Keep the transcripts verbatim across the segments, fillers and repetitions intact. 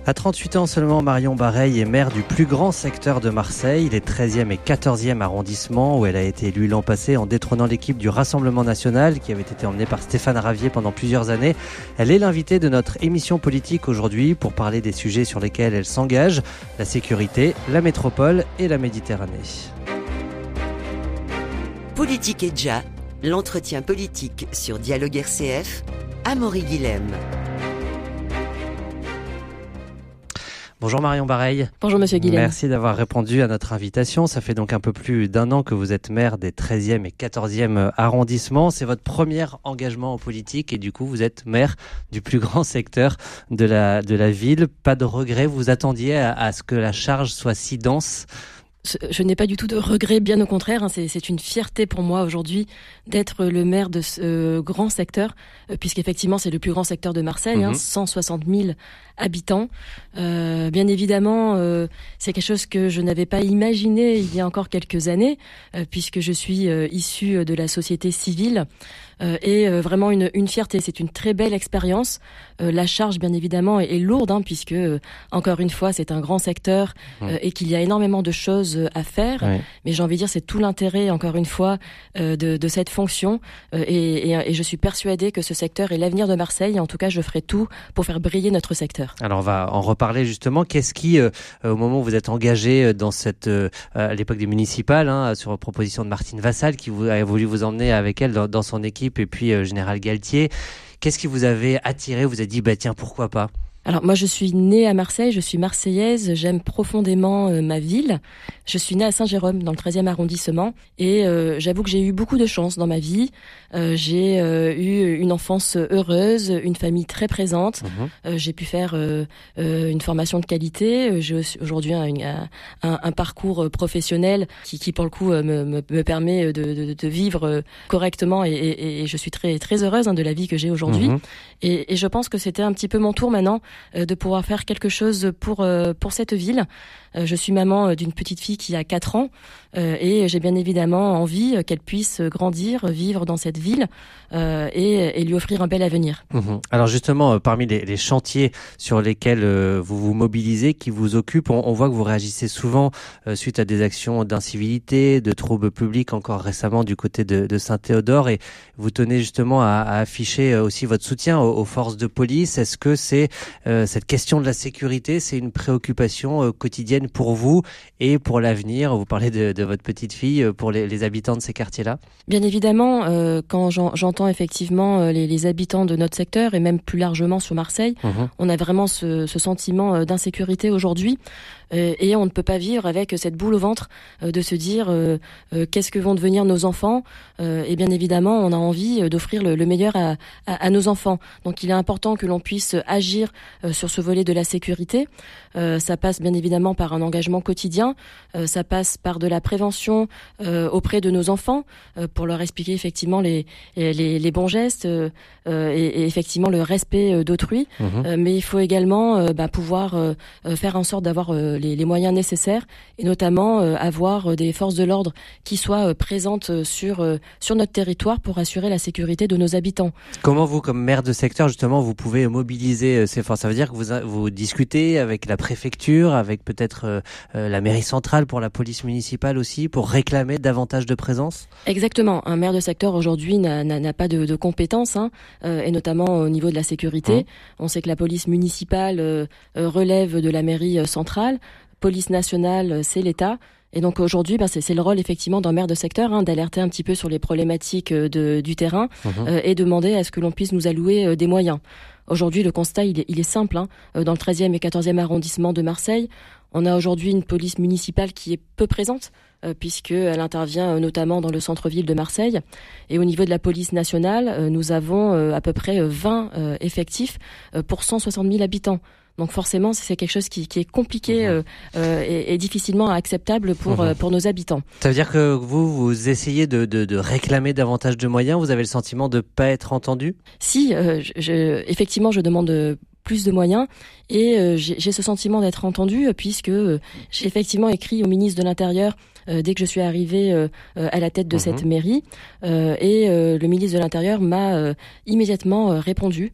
À trente-huit ans seulement, Marion Bareil est maire du plus grand secteur de Marseille, les treizième et quatorzième arrondissements, où elle a été élue l'an passé en détrônant l'équipe du Rassemblement National qui avait été emmenée par Stéphane Ravier pendant plusieurs années. Elle est l'invitée de notre émission politique aujourd'hui pour parler des sujets sur lesquels elle s'engage, la sécurité, la métropole et la Méditerranée. Politique et Dja, l'entretien politique sur Dialogue R C F, Amaury Guilhem. Bonjour Marion Bareil. Bonjour Monsieur Guilhem. Merci d'avoir répondu à notre invitation. Ça fait donc un peu plus d'un an que vous êtes maire des treizième et quatorzième arrondissements. C'est votre premier engagement en politique et du coup vous êtes maire du plus grand secteur de la, de la ville. Pas de regret, vous attendiez à, à ce que la charge soit si dense ? Je n'ai pas du tout de regret, bien au contraire. Hein, c'est, c'est une fierté pour moi aujourd'hui d'être le maire de ce euh, grand secteur, euh, puisqu'effectivement c'est le plus grand secteur de Marseille, mmh. hein, cent soixante mille habitants. Euh, bien évidemment, euh, c'est quelque chose que je n'avais pas imaginé il y a encore quelques années, euh, puisque je suis euh, issue de la société civile. Euh, et euh, vraiment une, une fierté. C'est une très belle expérience. Euh, la charge, bien évidemment, est, est lourde, hein, puisque, euh, encore une fois, c'est un grand secteur euh, mmh. et qu'il y a énormément de choses à faire. Oui. Mais j'ai envie de dire, c'est tout l'intérêt, encore une fois, euh, de, de cette fonction. Euh, et, et, et je suis persuadée que ce secteur est l'avenir de Marseille. En tout cas, je ferai tout pour faire briller notre secteur. Alors, on va en reparler justement. Qu'est-ce qui, euh, au moment où vous êtes engagé dans cette, euh, à l'époque des municipales, hein, sur proposition de Martine Vassal, qui vous, a voulu vous emmener avec elle dans, dans son équipe, et puis euh, Général Galtier. Qu'est-ce qui vous avait attiré, vous avez dit, bah tiens, pourquoi pas ? Alors moi je suis née à Marseille, je suis marseillaise, j'aime profondément euh, ma ville. Je suis née à Saint-Jérôme dans le treizième arrondissement et euh, j'avoue que j'ai eu beaucoup de chance dans ma vie. Euh, j'ai euh, eu une enfance heureuse, une famille très présente. Mmh. Euh, j'ai pu faire euh, euh, une formation de qualité. J'ai aujourd'hui un, un, un parcours professionnel qui, qui pour le coup me, me, me permet de, de, de vivre correctement et, et, et je suis très très heureuse hein, de la vie que j'ai aujourd'hui. Mmh. Et, et je pense que c'était un petit peu mon tour maintenant de pouvoir faire quelque chose pour pour cette ville. Je suis maman d'une petite fille qui a quatre ans et j'ai bien évidemment envie qu'elle puisse grandir, vivre dans cette ville et, et lui offrir un bel avenir. Mmh. Alors justement, parmi les, les chantiers sur lesquels vous vous mobilisez, qui vous occupent, on, on voit que vous réagissez souvent suite à des actions d'incivilité, de troubles publics, encore récemment du côté de, de Saint-Théodore, et vous tenez justement à, à afficher aussi votre soutien aux, aux forces de police. Est-ce que c'est euh, cette question de la sécurité, c'est une préoccupation euh, quotidienne pour vous et pour l'avenir? Vous parlez de, de votre petite fille, euh, pour les, les habitants de ces quartiers-là? Bien évidemment, euh, quand j'en, j'entends effectivement euh, les, les habitants de notre secteur et même plus largement sur Marseille, mmh. on a vraiment ce, ce sentiment d'insécurité aujourd'hui. Euh, et on ne peut pas vivre avec cette boule au ventre euh, de se dire euh, euh, qu'est-ce que vont devenir nos enfants. Euh, et bien évidemment, on a envie d'offrir le, le meilleur à, à, à nos enfants. Donc il est important que l'on puisse agir euh, sur ce volet de la sécurité. Euh, ça passe bien évidemment par un engagement quotidien. Euh, ça passe par de la prévention euh, auprès de nos enfants euh, pour leur expliquer effectivement les, les, les bons gestes euh, et, et effectivement le respect d'autrui. Mmh. Euh, mais il faut également euh, bah, pouvoir euh, faire en sorte d'avoir euh, Les, les moyens nécessaires et notamment euh, avoir des forces de l'ordre qui soient euh, présentes sur euh, sur notre territoire pour assurer la sécurité de nos habitants. Comment vous, comme maire de secteur, justement, vous pouvez mobiliser ces forces? Ça veut dire que vous vous discutez avec la préfecture, avec peut-être euh, euh, la mairie centrale pour la police municipale aussi, pour réclamer davantage de présence? Exactement. Un maire de secteur aujourd'hui n'a, n'a, n'a pas de, de compétences, hein, euh, et notamment au niveau de la sécurité. Mmh. On sait que la police municipale euh, relève de la mairie centrale. Police nationale, c'est l'État. Et donc aujourd'hui, ben c'est, c'est le rôle effectivement d'un maire de secteur hein, d'alerter un petit peu sur les problématiques de, du terrain mmh. euh, et demander à ce que l'on puisse nous allouer euh, des moyens. Aujourd'hui, le constat, il est, il est simple. Hein. Dans le treizième et quatorzième arrondissement de Marseille, on a aujourd'hui une police municipale qui est peu présente, euh, puisqu'elle intervient euh, notamment dans le centre-ville de Marseille. Et au niveau de la police nationale, euh, nous avons euh, à peu près vingt euh, effectifs euh, pour cent soixante mille habitants. Donc forcément, c'est quelque chose qui, qui est compliqué mmh. euh, et, et difficilement acceptable pour, mmh. euh, pour nos habitants. Ça veut dire que vous, vous essayez de, de, de réclamer davantage de moyens? Vous avez le sentiment de ne pas être entendu? Si, euh, je, je, effectivement, je demande plus de moyens et euh, j'ai, j'ai ce sentiment d'être entendue puisque euh, j'ai effectivement écrit au ministre de l'Intérieur euh, dès que je suis arrivée euh, à la tête de mmh. cette mairie euh, et euh, le ministre de l'Intérieur m'a euh, immédiatement euh, répondu.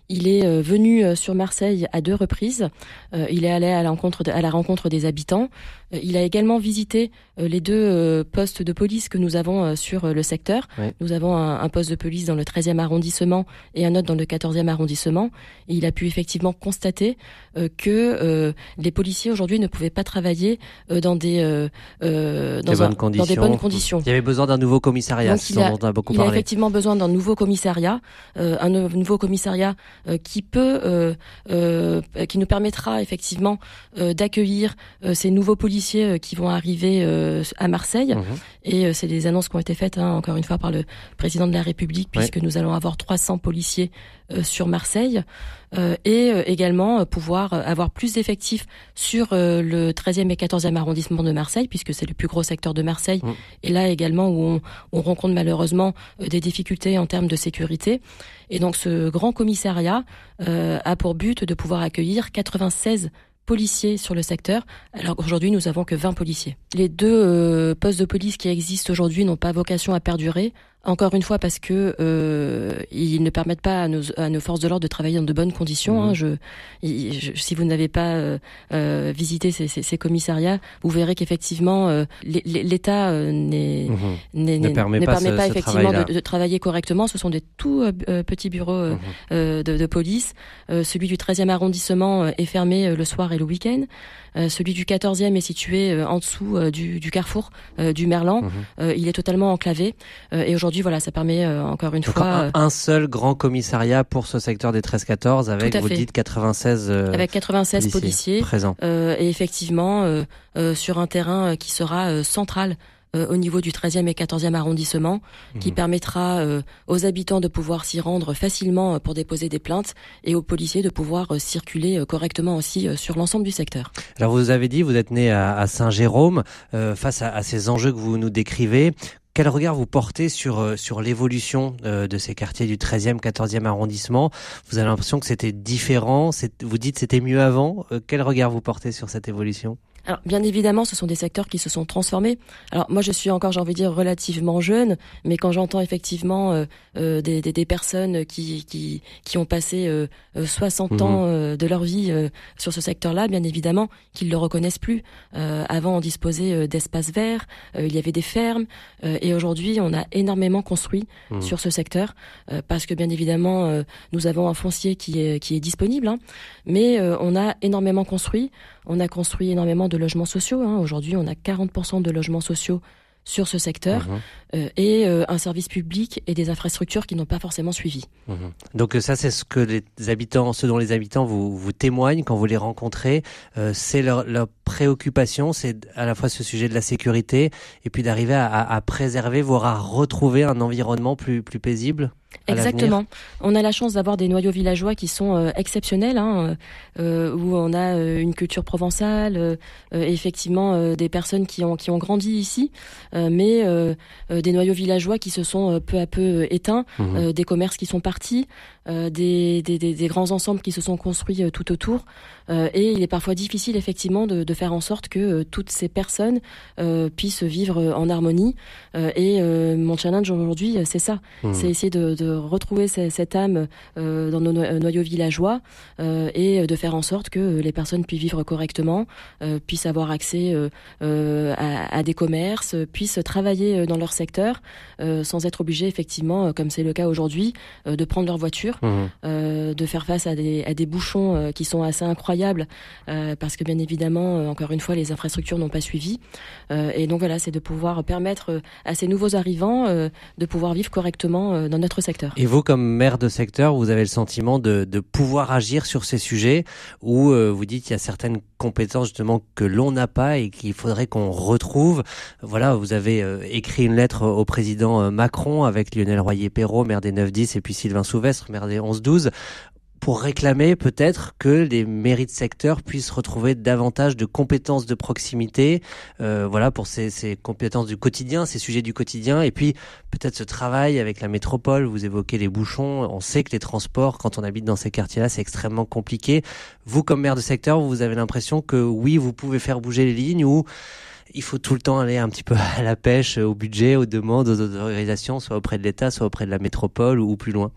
Il est euh, venu euh, sur Marseille à deux reprises. Euh, il est allé à la rencontre, de, à la rencontre des habitants. Euh, il a également visité euh, les deux euh, postes de police que nous avons euh, sur euh, le secteur. Oui. Nous avons un, un poste de police dans le treizième arrondissement et un autre dans le quatorzième arrondissement. Et il a pu effectivement constater euh, que euh, les policiers aujourd'hui ne pouvaient pas travailler euh, dans des euh, euh, dans, des un, bonnes dans des bonnes conditions. Il y avait besoin d'un nouveau commissariat. Donc, il, a, dont on a, beaucoup il parlé. a effectivement besoin d'un nouveau commissariat, euh, un nouveau commissariat euh, qui peut, euh, euh, qui nous permettra effectivement euh, d'accueillir euh, ces nouveaux policiers euh, qui vont arriver euh, à Marseille. Mmh. Et euh, c'est des annonces qui ont été faites, hein, encore une fois, par le président de la République, puisque ouais. nous allons avoir trois cents policiers euh, sur Marseille. Euh, et euh, également euh, pouvoir euh, avoir plus d'effectifs sur euh, le treizième et quatorzième arrondissement de Marseille, puisque c'est le plus gros secteur de Marseille. Mmh. Et là également où on, on rencontre malheureusement euh, des difficultés en termes de sécurité. Et donc ce grand commissariat euh, a pour but de pouvoir accueillir quatre-vingt-seize policiers sur le secteur, alors qu'aujourd'hui nous avons que vingt policiers. Les deux euh, postes de police qui existent aujourd'hui n'ont pas vocation à perdurer. Encore une fois parce que euh, ils ne permettent pas à nos, à nos forces de l'ordre de travailler dans de bonnes conditions. Mmh. Hein. Je, je, si vous n'avez pas euh, euh, visité ces, ces, ces commissariats, vous verrez qu'effectivement euh, l'État euh, n'est, mmh. n'est, ne permet ne pas, permet ce, pas ce effectivement de, de travailler correctement. Ce sont des tout euh, petits bureaux euh, mmh. euh, de, de police. Euh, celui du treizième arrondissement euh, est fermé euh, le soir et le week-end. Euh, celui du quatorzième est situé euh, en dessous euh, du, du carrefour euh, du Merlan. Mmh. Euh, il est totalement enclavé. Euh, et aujourd'hui, voilà, ça permet euh, encore une Donc fois... Un, un seul grand commissariat pour ce secteur des treize quatorze avec, vous dites, quatre-vingt-seize euh, Avec quatre-vingt-seize policiers, policiers présents. Euh, et effectivement, euh, euh, sur un terrain qui sera euh, central Euh, au niveau du treizième et quatorzième arrondissement, mmh. qui permettra euh, aux habitants de pouvoir s'y rendre facilement euh, pour déposer des plaintes et aux policiers de pouvoir euh, circuler euh, correctement aussi euh, sur l'ensemble du secteur. Alors vous avez dit, vous êtes né à, à Saint-Jérôme, euh, face à, à ces enjeux que vous nous décrivez. Quel regard vous portez sur, sur l'évolution euh, de ces quartiers du treizième, quatorzième arrondissement? Vous avez l'impression que c'était différent, c'est, vous dites c'était mieux avant. Euh, quel regard vous portez sur cette évolution? Alors, bien évidemment, ce sont des secteurs qui se sont transformés. Alors, moi, je suis encore, j'ai envie de dire, relativement jeune, mais quand j'entends effectivement euh, euh, des, des, des personnes qui, qui, qui ont passé euh, soixante mmh. ans euh, de leur vie euh, sur ce secteur-là, bien évidemment, qu'ils le reconnaissent plus. Euh, avant, on disposait euh, d'espaces verts, euh, il y avait des fermes, euh, et aujourd'hui, on a énormément construit mmh. sur ce secteur, euh, parce que, bien évidemment, euh, nous avons un foncier qui est, qui est disponible, hein, mais euh, on a énormément construit. On a construit énormément de logements sociaux. Hein. Aujourd'hui, on a quarante pour cent de logements sociaux sur ce secteur mmh. euh, et euh, un service public et des infrastructures qui n'ont pas forcément suivi. Mmh. Donc ça, c'est ce que les habitants, ce dont les habitants vous, vous témoignent quand vous les rencontrez. Euh, c'est leur, leur préoccupation, c'est à la fois ce sujet de la sécurité et puis d'arriver à, à, à préserver, voire à retrouver un environnement plus, plus paisible. Exactement. On a la chance d'avoir des noyaux villageois qui sont euh, exceptionnels, hein, euh, où on a euh, une culture provençale, euh, et effectivement euh, des personnes qui ont qui ont grandi ici, euh, mais euh, euh, des noyaux villageois qui se sont euh, peu à peu éteints, mmh. euh, des commerces qui sont partis, euh, des, des, des, des grands ensembles qui se sont construits euh, tout autour, euh, et il est parfois difficile effectivement de, de faire en sorte que euh, toutes ces personnes euh, puissent vivre en harmonie. Euh, et euh, mon challenge aujourd'hui, c'est ça, mmh. c'est essayer de de retrouver cette âme euh, dans nos noyaux villageois euh, et de faire en sorte que les personnes puissent vivre correctement, euh, puissent avoir accès euh, euh, à, à des commerces, puissent travailler dans leur secteur euh, sans être obligés effectivement, comme c'est le cas aujourd'hui, euh, de prendre leur voiture, mmh. euh, de faire face à des, à des bouchons euh, qui sont assez incroyables euh, parce que bien évidemment, euh, encore une fois, les infrastructures n'ont pas suivi. Euh, et donc voilà, c'est de pouvoir permettre à ces nouveaux arrivants euh, de pouvoir vivre correctement euh, dans notre secteur. Et vous, comme maire de secteur, vous avez le sentiment de, de pouvoir agir sur ces sujets où euh, vous dites qu'il y a certaines compétences justement que l'on n'a pas et qu'il faudrait qu'on retrouve. Voilà, vous avez euh, écrit une lettre au président Macron avec Lionel Royer-Perrault, maire des neuf dix, et puis Sylvain Souvestre, maire des onze douze. Pour réclamer peut-être que les mairies de secteur puissent retrouver davantage de compétences de proximité, euh, voilà, pour ces, ces compétences du quotidien, ces sujets du quotidien, et puis peut-être ce travail avec la métropole. Vous évoquez les bouchons, on sait que les transports, quand on habite dans ces quartiers-là, c'est extrêmement compliqué. Vous, comme maire de secteur, vous avez l'impression que oui, vous pouvez faire bouger les lignes, ou il faut tout le temps aller un petit peu à la pêche, au budget, aux demandes, aux autorisations, soit auprès de l'État, soit auprès de la métropole ou plus loin?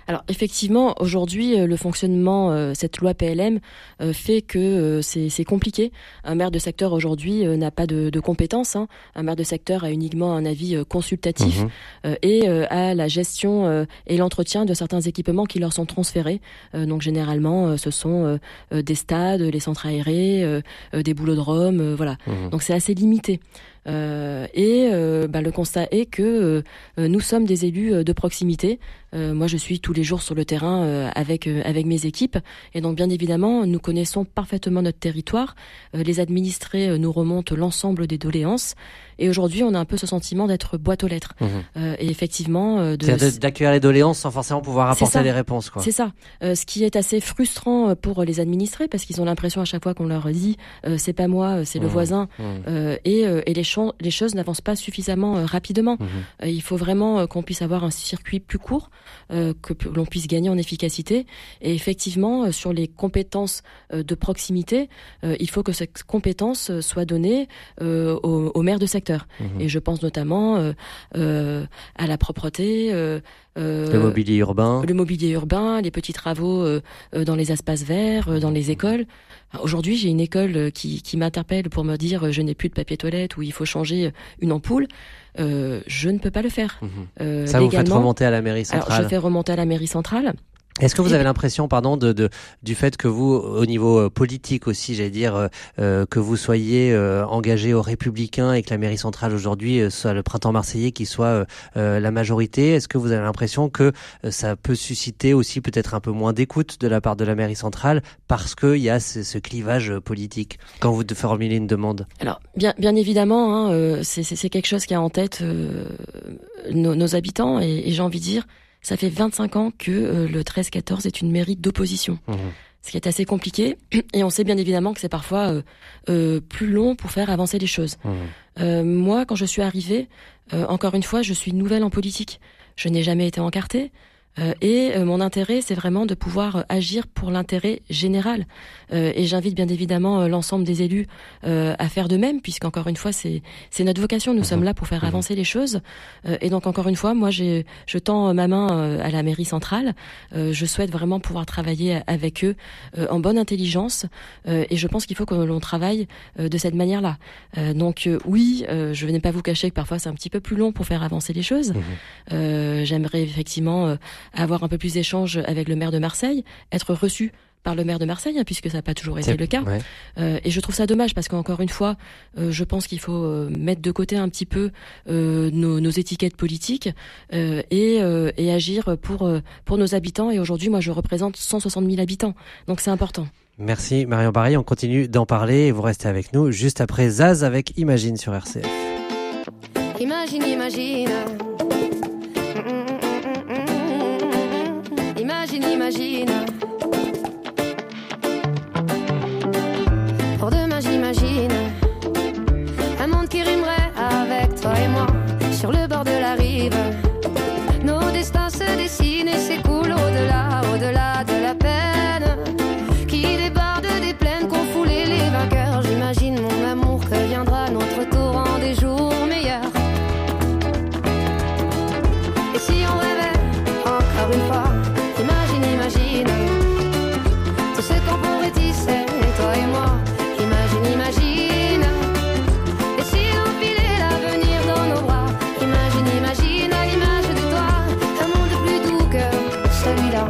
Alors effectivement, aujourd'hui, le fonctionnement, euh, cette loi P L M euh, fait que euh, c'est, c'est compliqué. Un maire de secteur aujourd'hui euh, n'a pas de, de compétences. Hein. Un maire de secteur a uniquement un avis euh, consultatif mmh. euh, et euh, a la gestion euh, et l'entretien de certains équipements qui leur sont transférés. Euh, donc généralement, euh, ce sont euh, des stades, les centres aérés, euh, euh, des boulodromes, euh, voilà. Mmh. Donc c'est assez limité. Euh, et euh, bah, le constat est que euh, nous sommes des élus de proximité. Euh, moi, je suis tous les jours sur le terrain euh, avec euh, avec mes équipes, et donc bien évidemment, nous connaissons parfaitement notre territoire. Euh, les administrés euh, nous remontent l'ensemble des doléances, et aujourd'hui, on a un peu ce sentiment d'être boîte aux lettres. Mmh. Euh, et effectivement, euh, de... c'est-à-dire d'accueillir les doléances sans forcément pouvoir apporter les réponses, quoi. C'est ça. Euh, ce qui est assez frustrant pour les administrés, parce qu'ils ont l'impression à chaque fois qu'on leur dit euh, c'est pas moi, c'est mmh. le voisin, mmh. euh, et, euh, et les, ch- les choses n'avancent pas suffisamment euh, rapidement. Mmh. Euh, il faut vraiment euh, qu'on puisse avoir un circuit plus court. Euh, que p- l'on puisse gagner en efficacité. Et effectivement, euh, sur les compétences euh, de proximité, euh, il faut que cette compétence euh, soit donnée euh, aux, aux maires de secteur. Mmh. Et je pense notamment euh, euh, à la propreté, euh, euh, le mobilier urbain, le mobilier urbain, les petits travaux euh, euh, dans les espaces verts, euh, dans les écoles. Alors, aujourd'hui, j'ai une école qui, qui m'interpelle pour me dire euh, je n'ai plus de papier toilette ou il faut changer une ampoule. Euh, je ne peux pas le faire. Mmh. Euh, Ça, vous faites remonter à la mairie centrale. Alors, je fais remonter à la mairie centrale. Est-ce que vous avez l'impression, pardon, de, de du fait que vous, au niveau euh, politique aussi, j'allais dire, euh, que vous soyez euh, engagé aux Républicains et que la mairie centrale aujourd'hui euh, soit le printemps marseillais qui soit euh, euh, la majorité, est-ce que vous avez l'impression que euh, ça peut susciter aussi peut-être un peu moins d'écoute de la part de la mairie centrale parce qu'il y a ce, ce clivage politique quand vous formulez une demande? Alors, bien, bien évidemment, hein, euh, c'est, c'est, c'est quelque chose qui a en tête euh, nos, nos habitants et, et j'ai envie de dire, ça fait vingt-cinq ans que euh, le treize quatorze est une mairie d'opposition. Mmh. Ce qui est assez compliqué. Et on sait bien évidemment que c'est parfois euh, euh, plus long pour faire avancer les choses. Mmh. Euh, moi, quand je suis arrivée, euh, encore une fois, je suis nouvelle en politique. Je n'ai jamais été encartée. Euh, et euh, mon intérêt, c'est vraiment de pouvoir euh, agir pour l'intérêt général. Euh, et j'invite bien évidemment euh, l'ensemble des élus euh, à faire de même, puisqu'encore une fois, c'est c'est notre vocation. Nous mmh. sommes là pour faire mmh. avancer les choses. Euh, et donc, encore une fois, moi, j'ai, je tends ma main euh, à la mairie centrale. Euh, je souhaite vraiment pouvoir travailler avec eux euh, en bonne intelligence. Euh, et je pense qu'il faut que l'on travaille euh, de cette manière-là. Euh, donc, euh, oui, euh, je ne vais pas vous cacher que parfois, c'est un petit peu plus long pour faire avancer les choses. Mmh. Euh, j'aimerais effectivement... Euh, avoir un peu plus d'échanges avec le maire de Marseille, être reçu par le maire de Marseille, hein, puisque ça n'a pas toujours été c'est, le cas. Ouais. Euh, et je trouve ça dommage parce qu'encore une fois, euh, je pense qu'il faut euh, mettre de côté un petit peu euh, nos, nos étiquettes politiques euh, et, euh, et agir pour, euh, pour nos habitants. Et aujourd'hui, moi, je représente cent soixante mille habitants. Donc, c'est important. Merci Marion Barry. On continue d'en parler et vous restez avec nous juste après Zaz avec Imagine sur R C F. Imagine, imagine. Imagine, imagine. Pour demain, j'imagine un monde qui rimerait avec toi et moi sur le bord de la rive. Nos destins se dessinent et s'écoulent au-delà, au-delà de la peine qui déborde des plaines qu'ont foulé les vainqueurs. J'imagine mon amour que viendra notre tour en des jours meilleurs. Et si on rêvait encore une fois, imagine tout ce qu'on pourrait tisser, toi et moi. Imagine, imagine. Et si on filait l'avenir dans nos bras, imagine, imagine à l'image de toi, un monde plus doux que celui-là.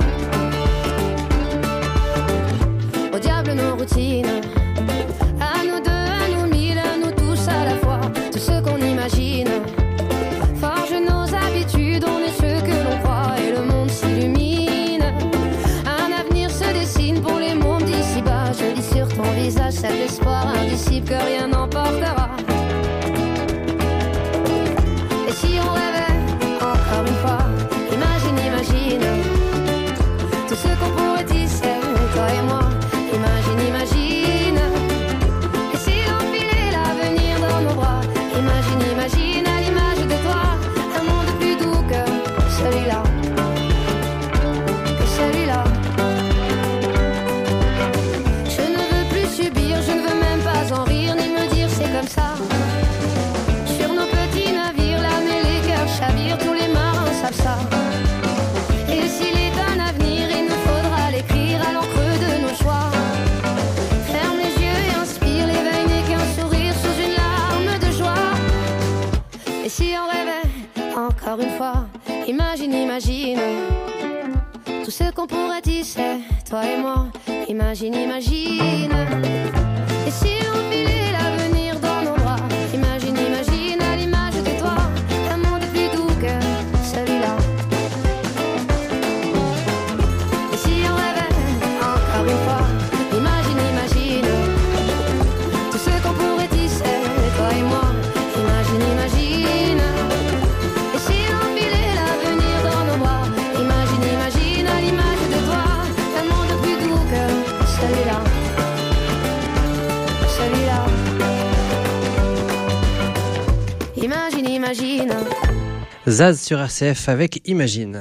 Au diable nos routines, à nous deux, à nous mille, à nous tous à la fois. Tout ce qu'on imagine forge nos habitudes, on est ceux que l'on croit et le monde s'illumine. Pour les mômes d'ici-bas, je lis sur ton visage cet espoir indicible que rien n'emportera. Et si on rêvait encore une fois, imagine, imagine tout ce qu'on pourrait tisser, toi et moi. Imagine, imagine. Et si on filait l'avenir dans nos bras, imagine, imagine à l'image de toi, un monde plus doux que celui-là, que celui-là. Je ne veux même pas en rire ni imagine tout ce qu'on pourrait tisser, toi et moi. Imagine, imagine. Et si on filait l'avenir dans nos bras, imagine, imagine à l'image de toi, un monde plus doux que celui-là. Et si on rêvait encore une fois, imagine, imagine tout ce qu'on pourrait tisser, toi et moi. Imagine, imagine. Et si on filait l'avenir dans nos bras, imagine, imagine à l'image de toi, un monde plus doux que celui-là. Celui-là. Imagine, imagine. Zaz sur R C F avec Imagine.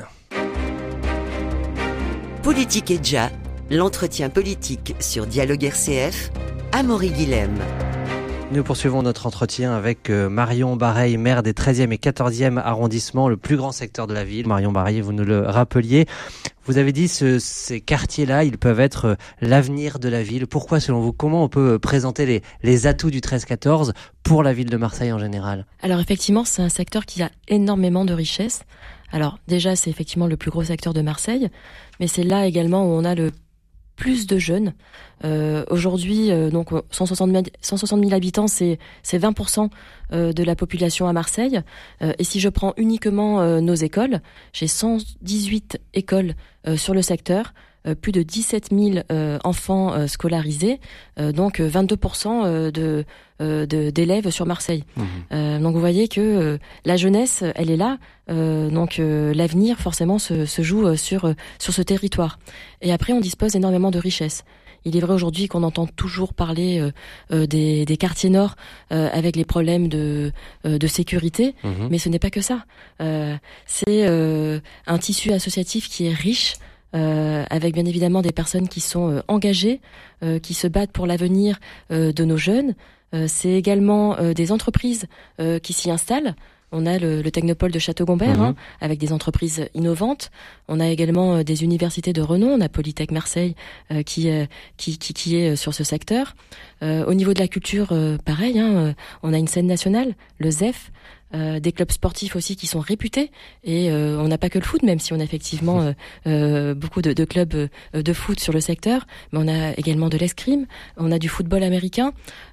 Politique et Dja, l'entretien politique sur Dialogue R C F, Amaury Guilhem. Nous poursuivons notre entretien avec Marion Bareil, maire des treizième et quatorzième arrondissements, le plus grand secteur de la ville. Marion Bareil, vous nous le rappeliez. Vous avez dit que ces quartiers-là, ils peuvent être l'avenir de la ville. Pourquoi, selon vous? Comment on peut présenter les, les atouts du treize quatorze pour la ville de Marseille en général? Alors effectivement, c'est un secteur qui a énormément de richesses. Alors déjà, c'est effectivement le plus gros secteur de Marseille, mais c'est là également où on a le plus de jeunes. Euh, aujourd'hui, euh, donc cent soixante mille habitants, c'est c'est vingt pour cent euh, de la population à Marseille. Euh, et si je prends uniquement euh, nos écoles, j'ai cent dix-huit écoles euh, sur le secteur, euh, plus de dix-sept mille euh, enfants euh, scolarisés, euh, donc vingt-deux pour cent euh, de, euh, de d'élèves sur Marseille. Mmh. Euh, donc vous voyez que euh, la jeunesse, elle est là. Euh, donc euh, l'avenir forcément se, se joue euh, sur euh, sur ce territoire. Et après, on dispose énormément de richesses. Il est vrai aujourd'hui qu'on entend toujours parler euh, euh, des, des quartiers nord euh, avec les problèmes de, euh, de sécurité, mmh. mais ce n'est pas que ça. Euh, c'est euh, un tissu associatif qui est riche, euh, avec bien évidemment des personnes qui sont euh, engagées, euh, qui se battent pour l'avenir euh, de nos jeunes. Euh, c'est également euh, des entreprises euh, qui s'y installent. On a le, le Technopole de Château-Gombert, mmh. hein, avec des entreprises innovantes. On a également euh, des universités de renom. On a Polytech Marseille euh, qui, euh, qui, qui, qui est sur ce secteur. Euh, au niveau de la culture, euh, pareil, hein, euh, on a une scène nationale, le Z E F, euh, des clubs sportifs aussi qui sont réputés. Et euh, on n'a pas que le foot, même si on a effectivement euh, euh, beaucoup de, de clubs euh, de foot sur le secteur. Mais on a également de l'escrime, on a du football américain,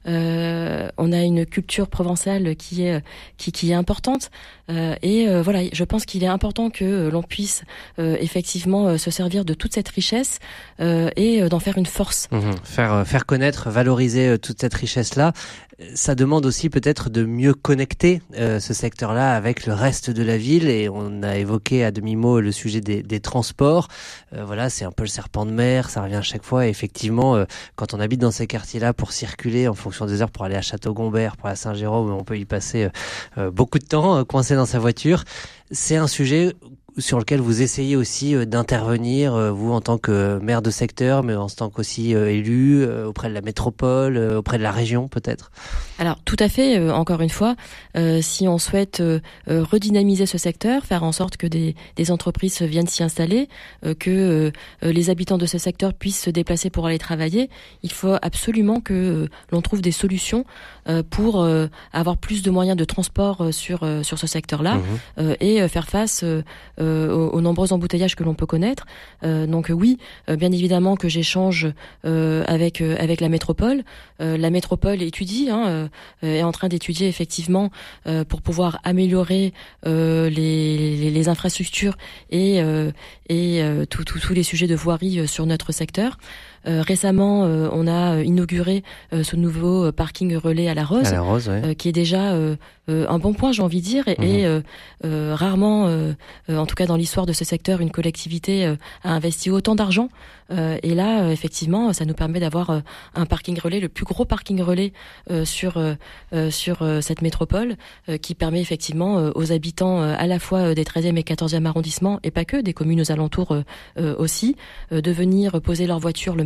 euh, on a une culture provençale qui est, qui, qui est importante. Euh, et euh, voilà, je pense qu'il est important que l'on puisse euh, effectivement euh, se servir de toute cette richesse euh, et euh, d'en faire une force. Mmh, faire, faire connaître, valoriser euh, toute cette richesse-là. Ça demande aussi peut-être de mieux connecter euh, ce secteur-là avec le reste de la ville, et on a évoqué à demi-mot le sujet des, des transports. Euh, voilà, c'est un peu le serpent de mer, ça revient à chaque fois. Et effectivement, euh, quand on habite dans ces quartiers-là, pour circuler en fonction des heures, pour aller à Château-Gombert, pour aller à Saint-Jérôme, on peut y passer euh, beaucoup de temps euh, coincé dans sa voiture. C'est un sujet sur lequel vous essayez aussi euh, d'intervenir, euh, vous en tant que maire de secteur, mais en tant qu'aussi euh, élu euh, auprès de la métropole, euh, auprès de la région peut-être. Alors tout à fait, euh, encore une fois, euh, si on souhaite euh, redynamiser ce secteur, faire en sorte que des, des entreprises viennent s'y installer, euh, que euh, les habitants de ce secteur puissent se déplacer pour aller travailler, il faut absolument que euh, l'on trouve des solutions euh, pour euh, avoir plus de moyens de transport euh, sur, euh, sur ce secteur-là, mmh. euh, et euh, faire face euh, Euh, aux, aux nombreux embouteillages que l'on peut connaître. Euh, donc euh, oui, euh, bien évidemment que j'échange euh, avec euh, avec la métropole. Euh, la métropole étudie, hein, euh, est en train d'étudier effectivement euh, pour pouvoir améliorer euh, les, les, les infrastructures et euh, et euh, tous tout, tout les sujets de voirie euh, sur notre secteur. Euh, récemment, euh, on a inauguré euh, ce nouveau parking relais à la Rose, à la Rose ouais. euh, qui est déjà euh, euh, un bon point, j'ai envie de dire, et, mmh. et euh, euh, rarement, euh, euh, en tout cas dans l'histoire de ce secteur, une collectivité euh, a investi autant d'argent. Euh, et là, euh, effectivement, ça nous permet d'avoir euh, un parking relais, le plus gros parking relais euh, sur euh, sur euh, cette métropole, euh, qui permet effectivement euh, aux habitants euh, à la fois des treizième et quatorzième arrondissements, et pas que, des communes aux alentours euh, euh, aussi, euh, de venir poser leur voiture le matin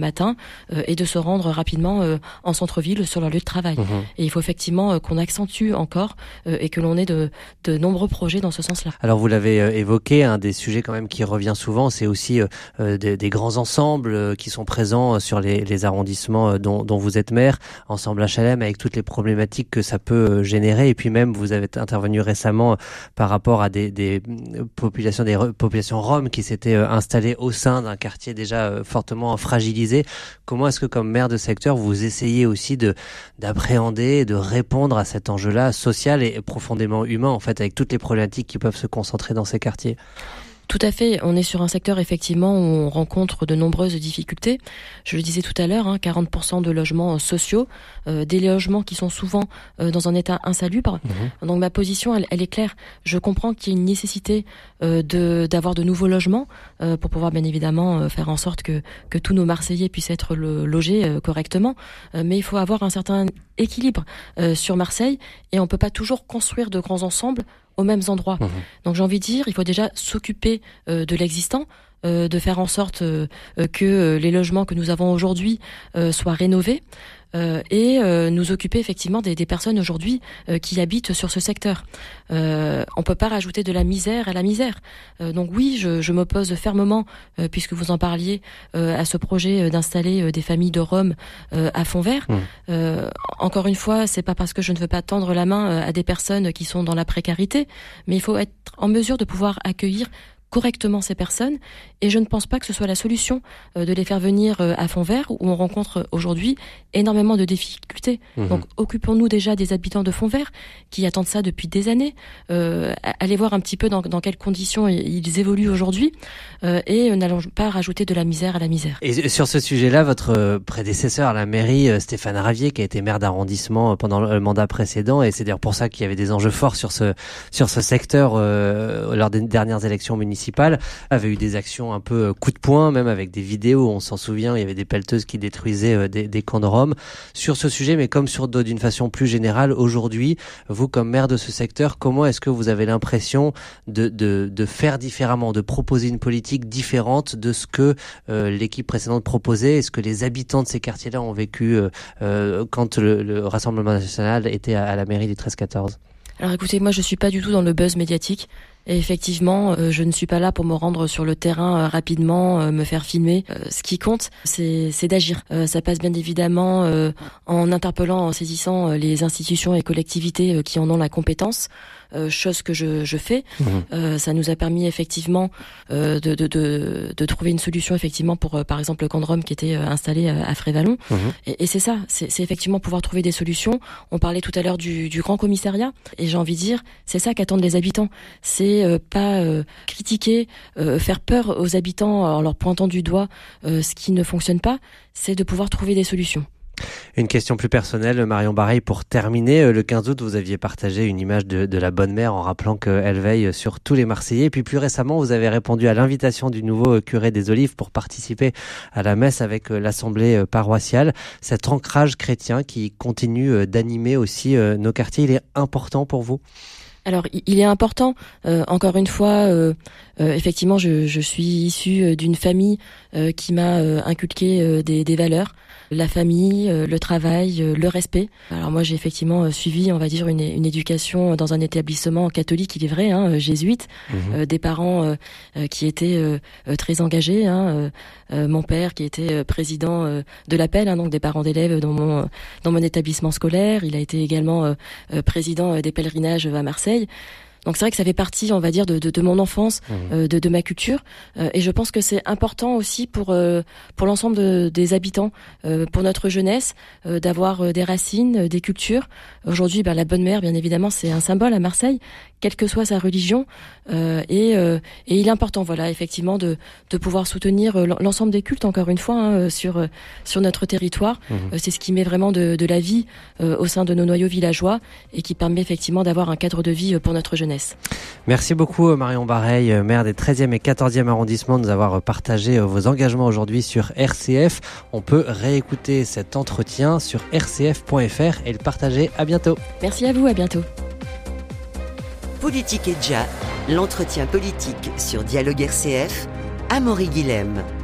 matin euh, et de se rendre rapidement euh, en centre-ville sur leur lieu de travail. Mmh. Et il faut effectivement euh, qu'on accentue encore euh, et que l'on ait de, de nombreux projets dans ce sens-là. Alors vous l'avez euh, évoqué, un des sujets quand même qui revient souvent, c'est aussi euh, des, des grands ensembles euh, qui sont présents sur les, les arrondissements euh, dont, dont vous êtes maire, Ensemble H L M, avec toutes les problématiques que ça peut euh, générer. Et puis même, vous avez intervenu récemment euh, par rapport à des, des populations, des re, populations roms qui s'étaient euh, installées au sein d'un quartier déjà euh, fortement fragilisé. Comment est-ce que, comme maire de secteur, vous essayez aussi de d'appréhender, de répondre à cet enjeu-là social et profondément humain, en fait, avec toutes les problématiques qui peuvent se concentrer dans ces quartiers? Tout à fait. On est sur un secteur, effectivement, où on rencontre de nombreuses difficultés. Je le disais tout à l'heure, hein, quarante pour cent de logements sociaux, euh, des logements qui sont souvent euh, dans un état insalubre. Mmh. Donc ma position, elle, elle est claire. Je comprends qu'il y a une nécessité euh, de, d'avoir de nouveaux logements euh, pour pouvoir, bien évidemment, euh, faire en sorte que, que tous nos Marseillais puissent être le, logés euh, correctement. Euh, mais il faut avoir un certain équilibre euh, sur Marseille et on peut pas toujours construire de grands ensembles aux mêmes endroits. Mmh. Donc j'ai envie de dire, il faut déjà s'occuper euh, de l'existant, euh, de faire en sorte euh, que euh, les logements que nous avons aujourd'hui euh, soient rénovés euh, et euh, nous occuper effectivement des, des personnes aujourd'hui euh, qui habitent sur ce secteur. Euh, on peut pas rajouter de la misère à la misère. Euh, donc oui, je, je m'oppose fermement, euh, puisque vous en parliez, euh, à ce projet euh, d'installer euh, des familles de Roms euh, à Fond-Vert. Mmh. Euh, encore une fois, c'est pas parce que je ne veux pas tendre la main euh, à des personnes qui sont dans la précarité, mais il faut être en mesure de pouvoir accueillir correctement ces personnes, et je ne pense pas que ce soit la solution euh, de les faire venir euh, à Fond-Vert, où on rencontre aujourd'hui énormément de difficultés. Mmh. Donc occupons-nous déjà des habitants de Fond-Vert qui attendent ça depuis des années. Euh, allez voir un petit peu dans, dans quelles conditions ils évoluent aujourd'hui, euh, et n'allons pas rajouter de la misère à la misère. Et sur ce sujet-là, votre prédécesseur à la mairie, Stéphane Ravier, qui a été maire d'arrondissement pendant le mandat précédent, et c'est d'ailleurs pour ça qu'il y avait des enjeux forts sur ce sur ce secteur euh, lors des dernières élections municipales, avait eu des actions un peu coup de poing, même avec des vidéos, on s'en souvient, il y avait des pelleteuses qui détruisaient des, des camps de Roms. Sur ce sujet, mais comme sur d'une façon plus générale, aujourd'hui, vous comme maire de ce secteur, comment est-ce que vous avez l'impression de, de, de faire différemment, de proposer une politique différente de ce que euh, l'équipe précédente proposait et ce que les habitants de ces quartiers-là ont vécu euh, euh, quand le, le Rassemblement national était à, à la mairie du treize quatorze? Alors écoutez, moi je suis pas du tout dans le buzz médiatique. Et effectivement, euh, je ne suis pas là pour me rendre sur le terrain euh, rapidement, euh, me faire filmer. Euh, ce qui compte, c'est, c'est d'agir. Euh, ça passe bien évidemment euh, en interpellant, en saisissant euh, les institutions et collectivités euh, qui en ont la compétence. Euh, chose que je, je fais. Mmh. Euh, ça nous a permis effectivement euh, de, de, de, de trouver une solution effectivement pour, euh, par exemple, le camp de Roms qui était euh, installé euh, à Frévalon. Mmh. Et, et c'est ça, c'est, c'est effectivement pouvoir trouver des solutions. On parlait tout à l'heure du, du grand commissariat, et j'ai envie de dire, c'est ça qu'attendent les habitants. C'est euh, pas euh, critiquer, euh, faire peur aux habitants en leur pointant du doigt euh, ce qui ne fonctionne pas, c'est de pouvoir trouver des solutions. Une question plus personnelle, Marion Bareil, pour terminer. Le quinze août, vous aviez partagé une image de, de la bonne mère en rappelant qu'elle veille sur tous les Marseillais. Et puis plus récemment, vous avez répondu à l'invitation du nouveau curé des Olives pour participer à la messe avec l'assemblée paroissiale. Cet ancrage chrétien qui continue d'animer aussi nos quartiers, il est important pour vous ? Alors, il est important. Euh, encore une fois, euh, euh, effectivement, je, je suis issue d'une famille euh, qui m'a euh, inculqué euh, des, des valeurs. La famille, euh, le travail, euh, le respect. Alors moi, j'ai effectivement euh, suivi, on va dire, une, une éducation dans un établissement catholique, il est vrai, hein, euh, jésuite, mmh. euh, des parents euh, euh, qui étaient euh, très engagés. Hein, euh, euh, mon père qui était euh, président euh, de l'Appel, hein, donc des parents d'élèves dans mon euh, dans mon établissement scolaire. Il a été également euh, euh, président euh, des pèlerinages à Marseille. Donc c'est vrai que ça fait partie, on va dire, de, de, de mon enfance, mmh. euh, de, de ma culture, euh, et je pense que c'est important aussi pour euh, pour l'ensemble de, des habitants, euh, pour notre jeunesse, euh, d'avoir euh, des racines, euh, des cultures. Aujourd'hui, ben, la bonne mère, bien évidemment, c'est un symbole à Marseille, quelle que soit sa religion, euh, et, euh, et il est important, voilà, effectivement, de de pouvoir soutenir l'ensemble des cultes, encore une fois, hein, sur sur notre territoire. Mmh. Euh, c'est ce qui met vraiment de, de la vie euh, au sein de nos noyaux villageois et qui permet effectivement d'avoir un cadre de vie pour notre jeunesse. Merci beaucoup Marion Bareil, maire des treizième et quatorzième arrondissements, de nous avoir partagé vos engagements aujourd'hui sur R C F. On peut réécouter cet entretien sur r c f point f r et le partager. À bientôt. Merci à vous, à bientôt. Politique et Dja, l'entretien politique sur Dialogue R C F, Amaury Guilhem.